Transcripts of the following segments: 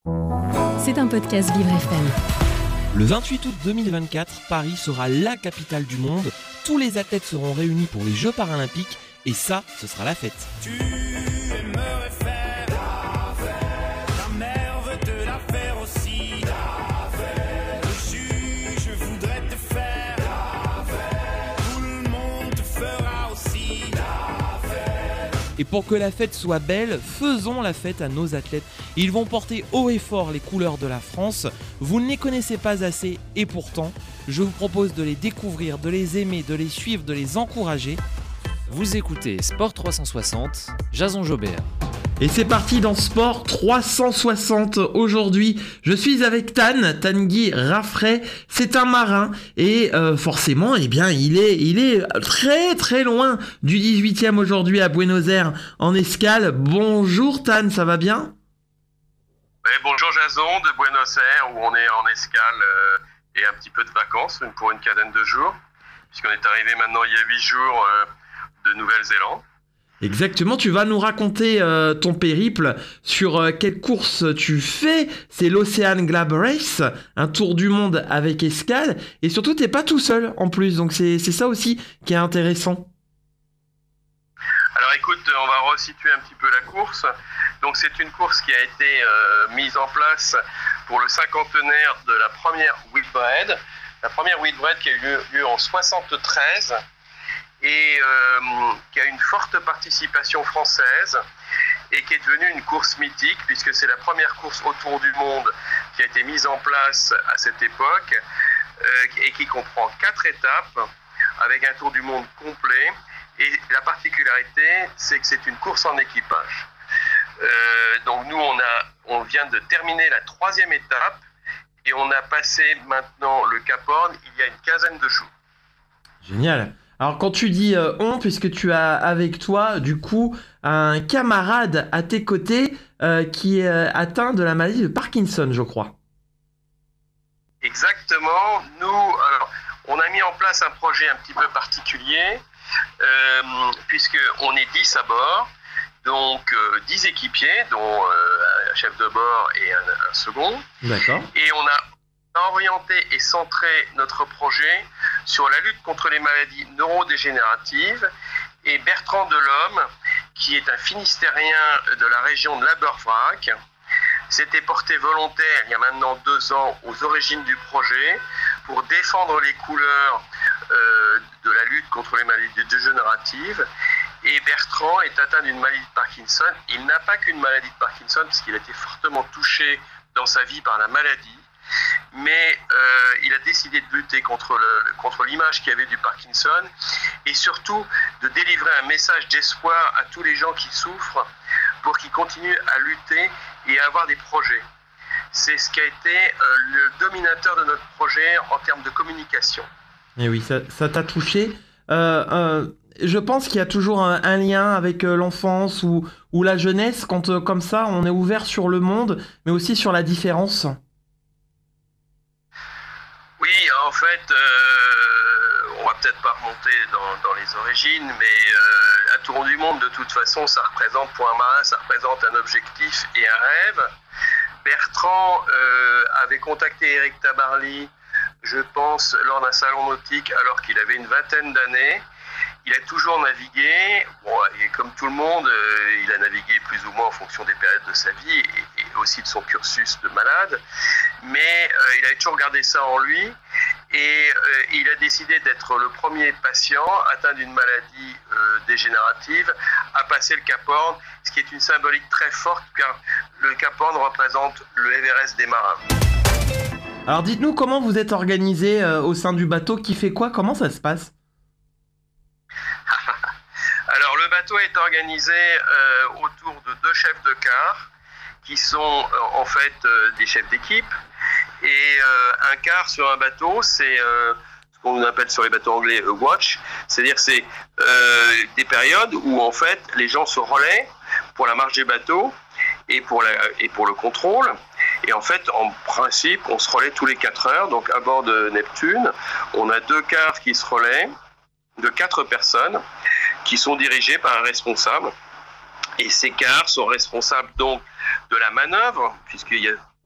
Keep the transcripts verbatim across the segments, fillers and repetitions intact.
C'est un podcast Vivre F M. Le vingt-huit août deux mille vingt-quatre, Paris sera la capitale du monde. Tous les athlètes seront réunis pour les Jeux paralympiques et ça, ce sera la fête. Tu aimerais faire la fête, ta mère veut te la faire aussi. La fête, le juge voudrait te faire la fête, tout le monde te fera aussi la fête. Et pour que la fête soit belle, faisons la fête à nos athlètes. Ils vont porter haut et fort les couleurs de la France. Vous ne les connaissez pas assez et pourtant, je vous propose de les découvrir, de les aimer, de les suivre, de les encourager. Vous écoutez Sport trois cent soixante, Jason Jobert. Et c'est parti dans Sport trois cent soixante. Aujourd'hui, je suis avec Tan, Tanguy Raffray. C'est un marin et euh, forcément, eh bien, il est, il est très très loin du dix-huitième aujourd'hui à Buenos Aires en escale. Bonjour Tan, ça va bien ? Oui, bonjour Jason de Buenos Aires où on est en escale euh, et un petit peu de vacances pour une quinzaine de jours puisqu'on est arrivé maintenant il y a huit jours euh, de Nouvelle-Zélande. Exactement, tu vas nous raconter euh, ton périple sur euh, quelle course tu fais. C'est l'Ocean Glab Race, un tour du monde avec escale. Et surtout, t'es pas tout seul en plus, donc c'est, c'est ça aussi qui est intéressant. Alors écoute, on va resituer un petit peu la course. Donc c'est une course qui a été euh, mise en place pour le cinquantenaire de la première Whitbread. La première Whitbread qui a eu lieu, lieu en soixante-treize. Et euh, qui a une forte participation française et qui est devenue une course mythique puisque c'est la première course autour du monde qui a été mise en place à cette époque euh, et qui comprend quatre étapes avec un tour du monde complet. Et la particularité, c'est que c'est une course en équipage. Euh, donc nous, on, a, on vient de terminer la troisième étape et on a passé maintenant le Cap Horn il y a une quinzaine de jours. Génial. Alors quand tu dis euh, on, puisque tu as avec toi du coup un camarade à tes côtés euh, qui est euh, atteint de la maladie de Parkinson, je crois. Exactement. Nous, alors, on a mis en place un projet un petit peu particulier euh, puisqu'on est dix à bord, donc euh, dix équipiers, dont euh, un chef de bord et un, un second. D'accord. Et on a orienté et centré notre projet sur la lutte contre les maladies neurodégénératives et Bertrand Delhomme, qui est un Finistérien de la région de l'Abervrac, s'était porté volontaire il y a maintenant deux ans aux origines du projet pour défendre les couleurs euh, de la lutte contre les maladies dégénératives. Et Bertrand est atteint d'une maladie de Parkinson. Il n'a pas qu'une maladie de Parkinson, puisqu'il a été fortement touché dans sa vie par la maladie. Mais euh, il a décidé de lutter contre, le, contre l'image qu'il y avait du Parkinson et surtout de délivrer un message d'espoir à tous les gens qui souffrent pour qu'ils continuent à lutter et à avoir des projets. C'est ce qui a été euh, le dominateur de notre projet en termes de communication. Et oui, ça, ça t'a touché. Euh, euh, je pense qu'il y a toujours un, un lien avec euh, l'enfance ou, ou la jeunesse quand euh, comme ça on est ouvert sur le monde, mais aussi sur la différence. Oui, en fait, euh, on va peut-être pas remonter dans, dans les origines, mais euh, un tour du monde, de toute façon, ça représente, pour un marin, ça représente un objectif et un rêve. Bertrand euh, avait contacté Éric Tabarly, je pense, lors d'un salon nautique, alors qu'il avait une vingtaine d'années. Il a toujours navigué, bon, et comme tout le monde, euh, il a navigué plus ou moins en fonction des périodes de sa vie et, et aussi de son cursus de malade, mais euh, il a toujours gardé ça en lui et euh, il a décidé d'être le premier patient atteint d'une maladie euh, dégénérative à passer le Cap Horn, ce qui est une symbolique très forte car le Cap Horn représente le Everest des marins. Alors dites-nous comment vous êtes organisé euh, au sein du bateau, qui fait quoi, comment ça se passe ? Alors le bateau est organisé euh, autour de deux chefs de quart qui sont euh, en fait euh, des chefs d'équipe et euh, un quart sur un bateau c'est euh, ce qu'on appelle sur les bateaux anglais a watch, c'est-à-dire c'est euh, des périodes où en fait les gens se relaient pour la marche des bateaux et pour, la, et pour le contrôle. Et en fait, en principe, on se relaie tous les quatre heures. Donc à bord de Neptune, on a deux quarts qui se relaient de quatre personnes qui sont dirigés par un responsable. Et ces quarts sont responsables donc de la manœuvre, puisqu'il y a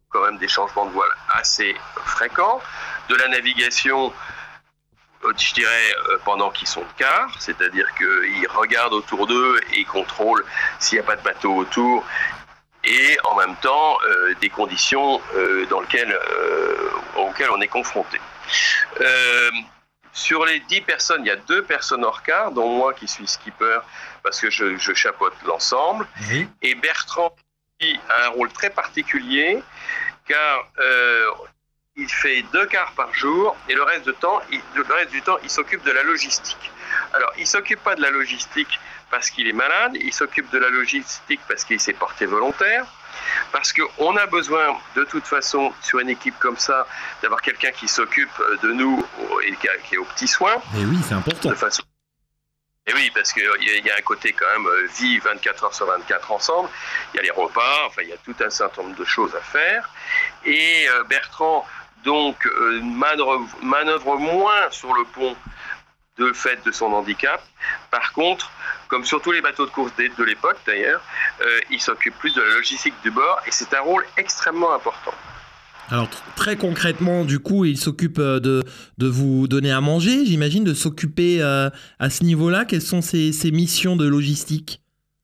quand même des changements de voile assez fréquents, de la navigation, je dirais, pendant qu'ils sont de quart, c'est-à-dire qu'ils regardent autour d'eux et contrôlent s'il n'y a pas de bateau autour, et en même temps euh, des conditions euh, dans lesquelles, euh, auxquelles on est confronté. Euh, sur les dix personnes, il y a deux personnes hors quart, dont moi qui suis skipper, parce que je, je chapeaute l'ensemble, mmh. et Bertrand qui a un rôle très particulier, car euh, il fait deux quarts par jour, et le reste, de temps, il, le reste du temps, il s'occupe de la logistique. Alors, il ne s'occupe pas de la logistique parce qu'il est malade, il s'occupe de la logistique parce qu'il s'est porté volontaire, parce qu'on a besoin, de toute façon, sur une équipe comme ça, d'avoir quelqu'un qui s'occupe de nous et qui est aux petits soins. Et oui, c'est important. De façon... Et oui, parce qu'il y, y a un côté quand même vie vingt-quatre heures sur vingt-quatre ensemble, il y a les repas, enfin, il y a tout un certain nombre de choses à faire. Et euh, Bertrand, donc, euh, manœuvre, manœuvre moins sur le pont de fait de son handicap. Par contre, comme sur tous les bateaux de course de l'époque d'ailleurs, euh, il s'occupe plus de la logistique du bord et c'est un rôle extrêmement important. Alors t- très concrètement, du coup, il s'occupe de, de vous donner à manger, j'imagine, de s'occuper euh, à ce niveau-là. Quelles sont ses, ses missions de logistique ?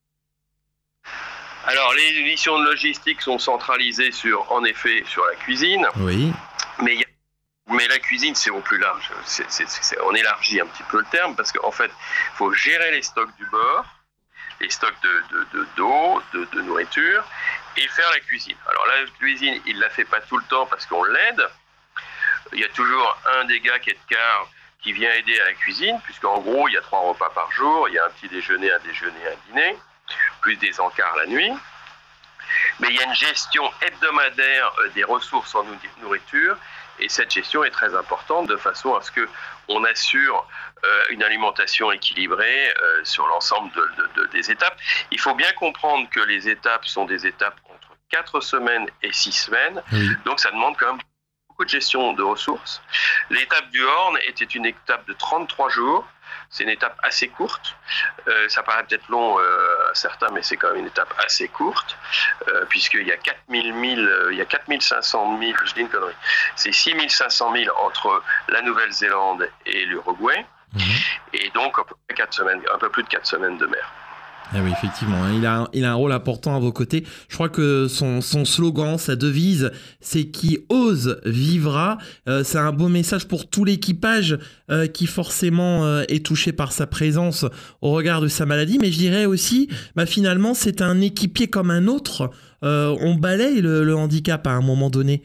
Alors les missions de logistique sont centralisées sur, en effet, sur la cuisine. Oui. Mais il y a Mais la cuisine, c'est au plus large. C'est, c'est, c'est, on élargit un petit peu le terme parce qu'en fait, il faut gérer les stocks du bord, les stocks de, de, de, d'eau, de, de nourriture et faire la cuisine. Alors la cuisine, il ne la fait pas tout le temps parce qu'on l'aide. Il y a toujours un des gars qui est de quart qui vient aider à la cuisine, puisqu'en gros, il y a trois repas par jour. Il y a un petit déjeuner, un déjeuner, un dîner, plus des encarts la nuit. Mais il y a une gestion hebdomadaire des ressources en nourriture. Et cette gestion est très importante de façon à ce qu'on assure euh, une alimentation équilibrée euh, sur l'ensemble de, de, de, des étapes. Il faut bien comprendre que les étapes sont des étapes entre quatre semaines et six semaines. Mmh. Donc ça demande quand même beaucoup de gestion de ressources. L'étape du Horn était une étape de trente-trois jours. C'est une étape assez courte. Euh, ça paraît peut-être long euh, à certains, mais c'est quand même une étape assez courte, euh, puisqu'il y a quatre mille milles, euh, il y a quatre mille cinq cents milles, je dis une connerie, c'est six mille cinq cents milles entre la Nouvelle-Zélande et l'Uruguay, mmh. et donc un peu, quatre semaines, un peu plus de quatre semaines de mer. Ah oui, effectivement, il a, il a un rôle important à vos côtés. Je crois que son, son slogan, sa devise, c'est « Qui ose vivra ». Euh, c'est un beau message pour tout l'équipage euh, qui forcément euh, est touché par sa présence au regard de sa maladie. Mais je dirais aussi, bah, finalement, c'est un équipier comme un autre. Euh, on balaye le, le handicap à un moment donné.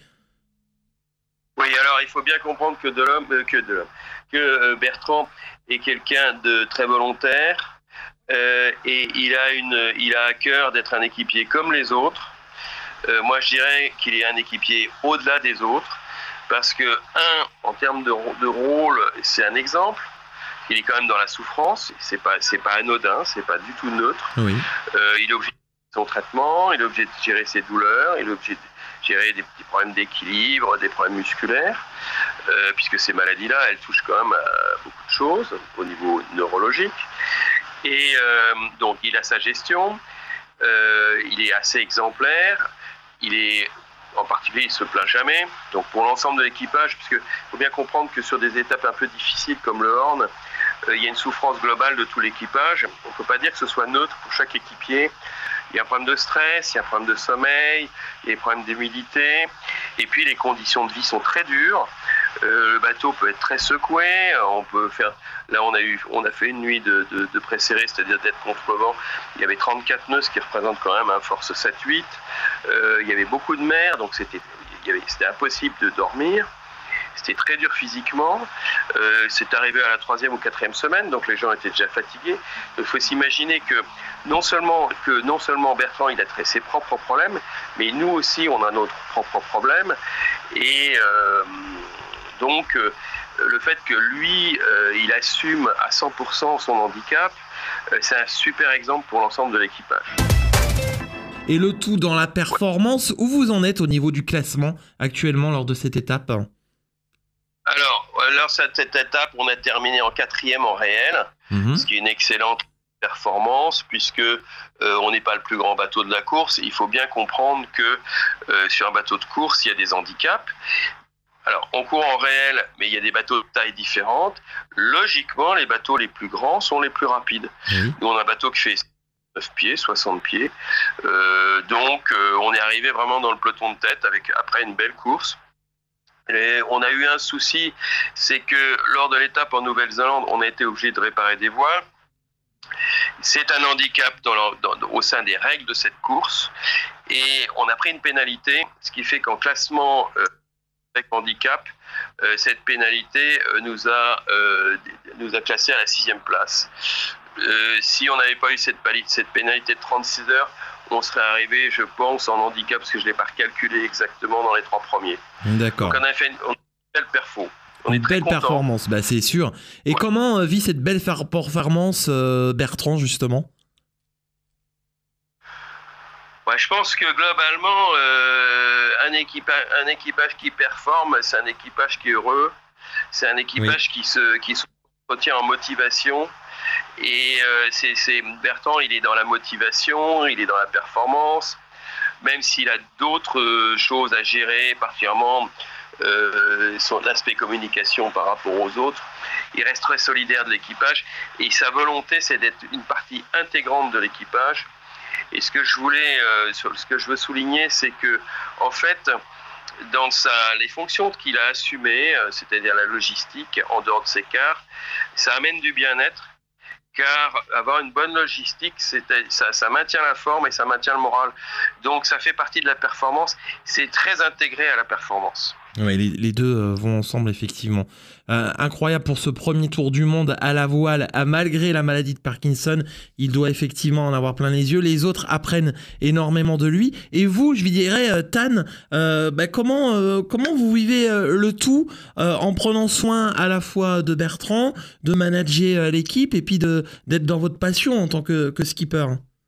Oui, alors il faut bien comprendre que de l'homme, euh, que de l'homme, que euh, Bertrand est quelqu'un de très volontaire. Euh, et il a, une, il a à cœur d'être un équipier comme les autres. Euh, moi, je dirais qu'il est un équipier au-delà des autres, parce que, un, en termes de, de rôle, c'est un exemple. Il est quand même dans la souffrance. C'est pas, c'est pas anodin, c'est pas du tout neutre. Oui. Euh, il est obligé de gérer son traitement, il est obligé de gérer ses douleurs, il est obligé de gérer des petits problèmes d'équilibre, des problèmes musculaires, euh, puisque ces maladies-là, elles touchent quand même à beaucoup de choses au niveau neurologique. Et euh, donc, il a sa gestion, euh, il est assez exemplaire, il est, en particulier, il ne se plaint jamais. Donc, pour l'ensemble de l'équipage, puisqu'il faut bien comprendre que sur des étapes un peu difficiles comme le Horn, euh, il y a une souffrance globale de tout l'équipage. On ne peut pas dire que ce soit neutre pour chaque équipier. Il y a un problème de stress, il y a un problème de sommeil, il y a des problèmes d'humidité. Et puis, les conditions de vie sont très dures. Euh, le bateau peut être très secoué, on peut faire, là on a eu, on a fait une nuit de, de, de précéré, c'est-à-dire d'être contre le vent. Il y avait trente-quatre nœuds, ce qui représente quand même un force sept huit. Euh, il y avait beaucoup de mer, donc c'était, il y avait, c'était impossible de dormir. C'était très dur physiquement. Euh, c'est arrivé à la troisième ou quatrième semaine, donc les gens étaient déjà fatigués. Il faut s'imaginer que non seulement, que non seulement Bertrand il a trait ses propres problèmes, mais nous aussi on a notre propre problème. Et euh, donc euh, le fait que lui, euh, il assume à cent pour cent son handicap, euh, c'est un super exemple pour l'ensemble de l'équipage. Et le tout dans la performance, où vous en êtes au niveau du classement actuellement lors de cette étape ? Alors, alors cette, cette étape, on a terminé en quatrième en réel, mmh. ce qui est une excellente performance, puisque euh, on n'est pas le plus grand bateau de la course. Il faut bien comprendre que euh, sur un bateau de course, il y a des handicaps. Alors, on court en réel, mais il y a des bateaux de taille différentes. Logiquement, les bateaux les plus grands sont les plus rapides. Mmh. Nous, on a un bateau qui fait neuf pieds, soixante pieds. Euh, donc, euh, on est arrivé vraiment dans le peloton de tête avec, après une belle course. Et on a eu un souci, c'est que lors de l'étape en Nouvelle-Zélande, on a été obligé de réparer des voiles. C'est un handicap dans le, dans, au sein des règles de cette course. Et on a pris une pénalité, ce qui fait qu'en classement... Euh, avec handicap, euh, cette pénalité euh, nous a euh, nous a classé à la sixième place. Euh, si on n'avait pas eu cette, cette pénalité de trente-six heures, on serait arrivé, je pense, en handicap, parce que je ne l'ai pas recalculé exactement dans les trois premiers. D'accord. Donc on a fait une, une belle perfo. On une est belle content. performance, bah, c'est sûr. Et ouais. Comment euh, vit cette belle performance euh, Bertrand, justement ? Ouais, je pense que globalement, euh, un, équipage, un équipage qui performe, c'est un équipage qui est heureux, c'est un équipage oui. qui se qui se retient en motivation. Et euh, c'est, c'est Bertrand, il est dans la motivation, il est dans la performance, même s'il a d'autres choses à gérer, particulièrement euh, son l'aspect communication par rapport aux autres. Il reste très solidaire de l'équipage et sa volonté, c'est d'être une partie intégrante de l'équipage. Et ce que je voulais, euh, ce que je veux souligner, c'est que, en fait, dans sa, les fonctions qu'il a assumées, euh, c'est-à-dire la logistique, en dehors de ses cars, ça amène du bien-être, car avoir une bonne logistique, c'est, ça, ça maintient la forme et ça maintient le moral. Donc, ça fait partie de la performance. C'est très intégré à la performance. Oui, les, les deux euh, vont ensemble, effectivement. Euh, incroyable pour ce premier tour du monde à la voile, à, malgré la maladie de Parkinson. Il doit effectivement en avoir plein les yeux. Les autres apprennent énormément de lui. Et vous, je lui dirais, euh, Tan, euh, bah, comment, euh, comment vous vivez euh, le tout euh, en prenant soin à la fois de Bertrand, de manager euh, l'équipe et puis de, d'être dans votre passion en tant que, que skipper ?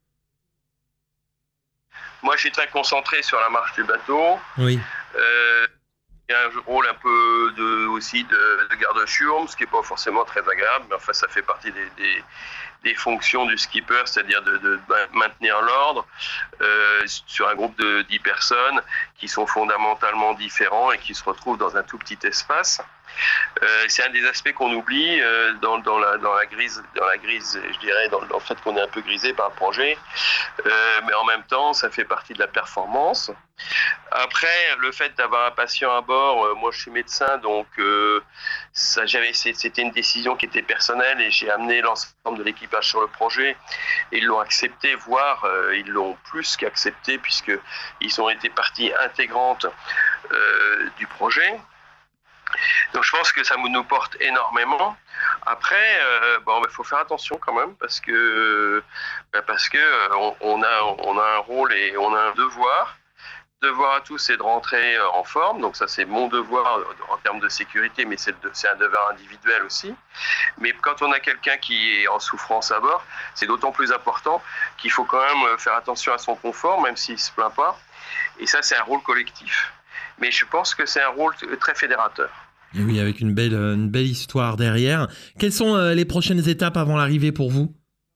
Moi, je suis très concentré sur la marche du bateau. Oui. Euh... Il y a un rôle un peu de, aussi de, de garde-chiourme, ce qui n'est pas forcément très agréable, mais enfin ça fait partie des, des, des fonctions du skipper, c'est-à-dire de, de maintenir l'ordre euh, sur un groupe de dix personnes qui sont fondamentalement différents et qui se retrouvent dans un tout petit espace. Euh, c'est un des aspects qu'on oublie euh, dans, dans, la, dans la grise, dans la grise, je dirais, dans, dans le fait qu'on est un peu grisé par le projet, euh, mais en même temps, ça fait partie de la performance. Après, le fait d'avoir un patient à bord, euh, moi je suis médecin, donc euh, ça, j'avais, c'était une décision qui était personnelle et j'ai amené l'ensemble de l'équipage sur le projet et ils l'ont accepté, voire euh, ils l'ont plus qu'accepté puisqu'ils ont été partie intégrante euh, du projet. Donc je pense que ça nous porte énormément. Après, euh, bon, il faut faire attention quand même parce que bah parce que on, on a on a un rôle et on a un devoir. Devoir à tous, c'est de rentrer en forme. Donc ça, c'est mon devoir en termes de sécurité, mais c'est, de, c'est un devoir individuel aussi. Mais quand on a quelqu'un qui est en souffrance à bord, c'est d'autant plus important qu'il faut quand même faire attention à son confort, même s'il se plaint pas. Et ça, c'est un rôle collectif. Mais je pense que c'est un rôle très fédérateur. Et oui, avec une belle, une belle histoire derrière. Quelles sont euh, les prochaines étapes avant l'arrivée pour vous ?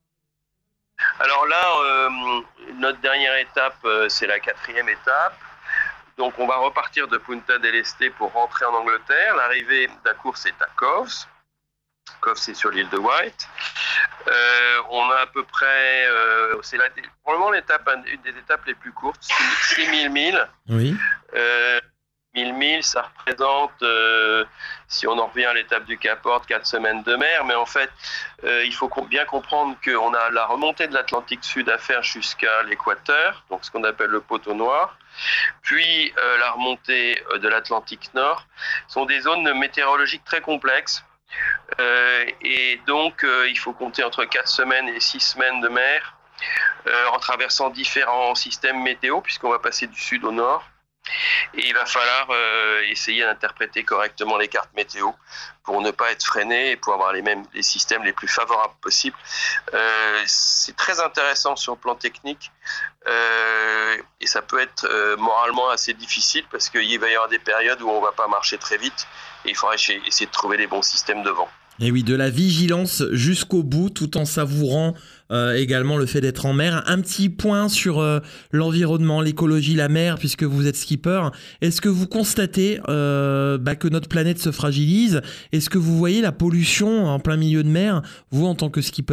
Alors là, euh, notre dernière étape, euh, c'est la quatrième étape. Donc on va repartir de Punta del Este pour rentrer en Angleterre. L'arrivée de la course est à Cowes. Cowes, c'est sur l'île de Wight. Euh, on a à peu près, euh, c'est la, probablement l'étape, une des étapes les plus courtes, six mille milles. Oui. Euh, mille milles, ça représente, euh, si on en revient à l'étape du Cap Horn, quatre semaines de mer. Mais en fait, euh, il faut bien comprendre qu'on a la remontée de l'Atlantique Sud à faire jusqu'à l'équateur, donc ce qu'on appelle le poteau noir. Puis euh, la remontée de l'Atlantique Nord. Ce sont des zones météorologiques très complexes. Euh, et donc, euh, il faut compter entre quatre semaines et six semaines de mer euh, en traversant différents systèmes météo, puisqu'on va passer du sud au nord. Et il va falloir euh, essayer d'interpréter correctement les cartes météo pour ne pas être freiné et pour avoir les mêmes les systèmes les plus favorables possibles. Euh, c'est très intéressant sur le plan technique euh, et ça peut être euh, moralement assez difficile parce qu'il va y avoir des périodes où on ne va pas marcher très vite et il faudra essayer de trouver les bons systèmes de vent. Et oui, de la vigilance jusqu'au bout, tout en savourant euh, également le fait d'être en mer. Un petit point sur euh, l'environnement, l'écologie, la mer, puisque vous êtes skipper. Est-ce que vous constatez euh, bah, que notre planète se fragilise ? Est-ce que vous voyez la pollution en plein milieu de mer, vous en tant que skipper ?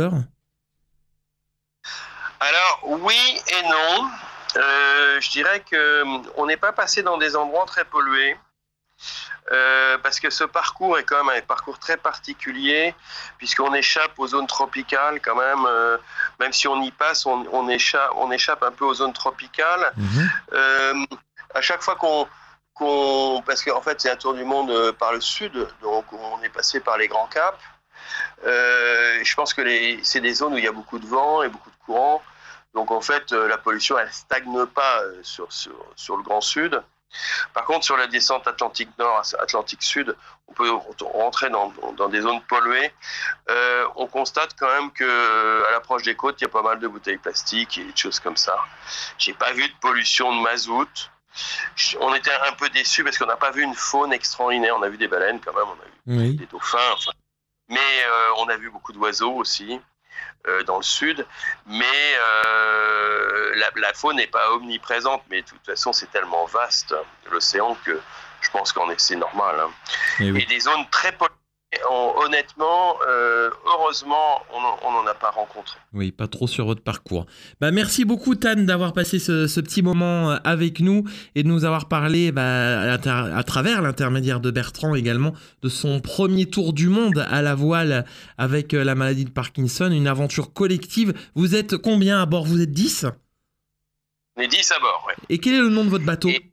Alors oui et non. Euh, je dirais qu'on n'est pas passé dans des endroits très pollués. Euh, parce que ce parcours est quand même un parcours très particulier, puisqu'on échappe aux zones tropicales quand même, euh, même si on y passe, on, on, échappe, on échappe un peu aux zones tropicales. Mmh. Euh, à chaque fois qu'on, qu'on... Parce qu'en fait c'est un tour du monde par le sud, donc on est passé par les Grands Caps. Euh, je pense que les, c'est des zones où il y a beaucoup de vent et beaucoup de courant, donc en fait la pollution elle stagne pas sur, sur, sur le Grand Sud. Par contre, sur la descente Atlantique Nord, Atlantique Sud, on peut rentrer dans, dans des zones polluées. Euh, on constate quand même qu'à l'approche des côtes, il y a pas mal de bouteilles plastiques et des choses comme ça. J'ai pas vu de pollution de mazout. On était un peu déçus parce qu'on n'a pas vu une faune extraordinaire. On a vu des baleines quand même, on a vu oui. des dauphins. Enfin. Mais euh, on a vu beaucoup d'oiseaux aussi. Euh, dans le sud, mais euh, la, la faune n'est pas omniprésente, mais de toute façon c'est tellement vaste l'océan que je pense qu'en est, c'est normal. Hein. Et, oui. Et des zones très polluées, on, honnêtement, euh, heureusement, on n'en a pas rencontré. Oui, pas trop sur votre parcours. Bah, merci beaucoup Tan d'avoir passé ce, ce petit moment avec nous et de nous avoir parlé bah, à, à travers l'intermédiaire de Bertrand également de son premier tour du monde à la voile avec la maladie de Parkinson, une aventure collective. Vous êtes combien à bord ? Vous êtes dix ? On est dix à bord, oui. Et quel est le nom de votre bateau ? et,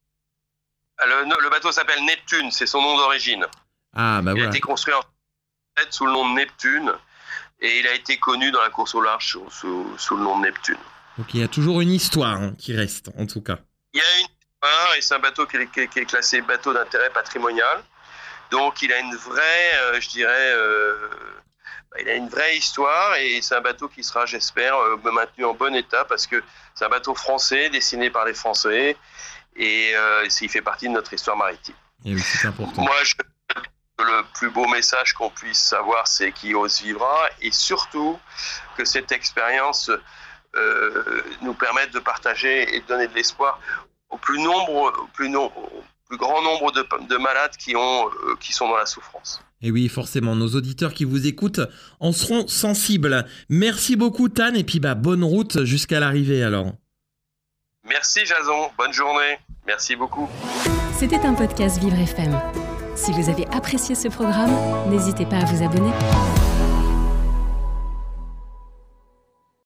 le, le bateau s'appelle Neptune, c'est son nom d'origine. Ah, bah il voilà. a été construit en fait sous le nom de Neptune et il a été connu dans la course au large sous, sous, sous le nom de Neptune. Donc il y a toujours une histoire hein, qui reste en tout cas. Il y a une histoire et c'est un bateau qui est, qui est, qui est classé bateau d'intérêt patrimonial. Donc il a une vraie, euh, je dirais, euh, il a une vraie histoire et c'est un bateau qui sera, j'espère, euh, maintenu en bon état parce que c'est un bateau français dessiné par les Français et euh, il fait partie de notre histoire maritime. Et oui, c'est important. Moi, je le plus beau message qu'on puisse savoir, c'est qui ose vivra et surtout que cette expérience euh, nous permette de partager et de donner de l'espoir au plus nombre, au plus, no- au plus grand nombre de, de malades qui, ont, euh, qui sont dans la souffrance. Et oui, forcément, nos auditeurs qui vous écoutent en seront sensibles. Merci beaucoup Tan et puis bah, bonne route jusqu'à l'arrivée alors. Merci Jason, bonne journée, merci beaucoup. C'était un podcast Vivre F M. Si vous avez apprécié ce programme, n'hésitez pas à vous abonner.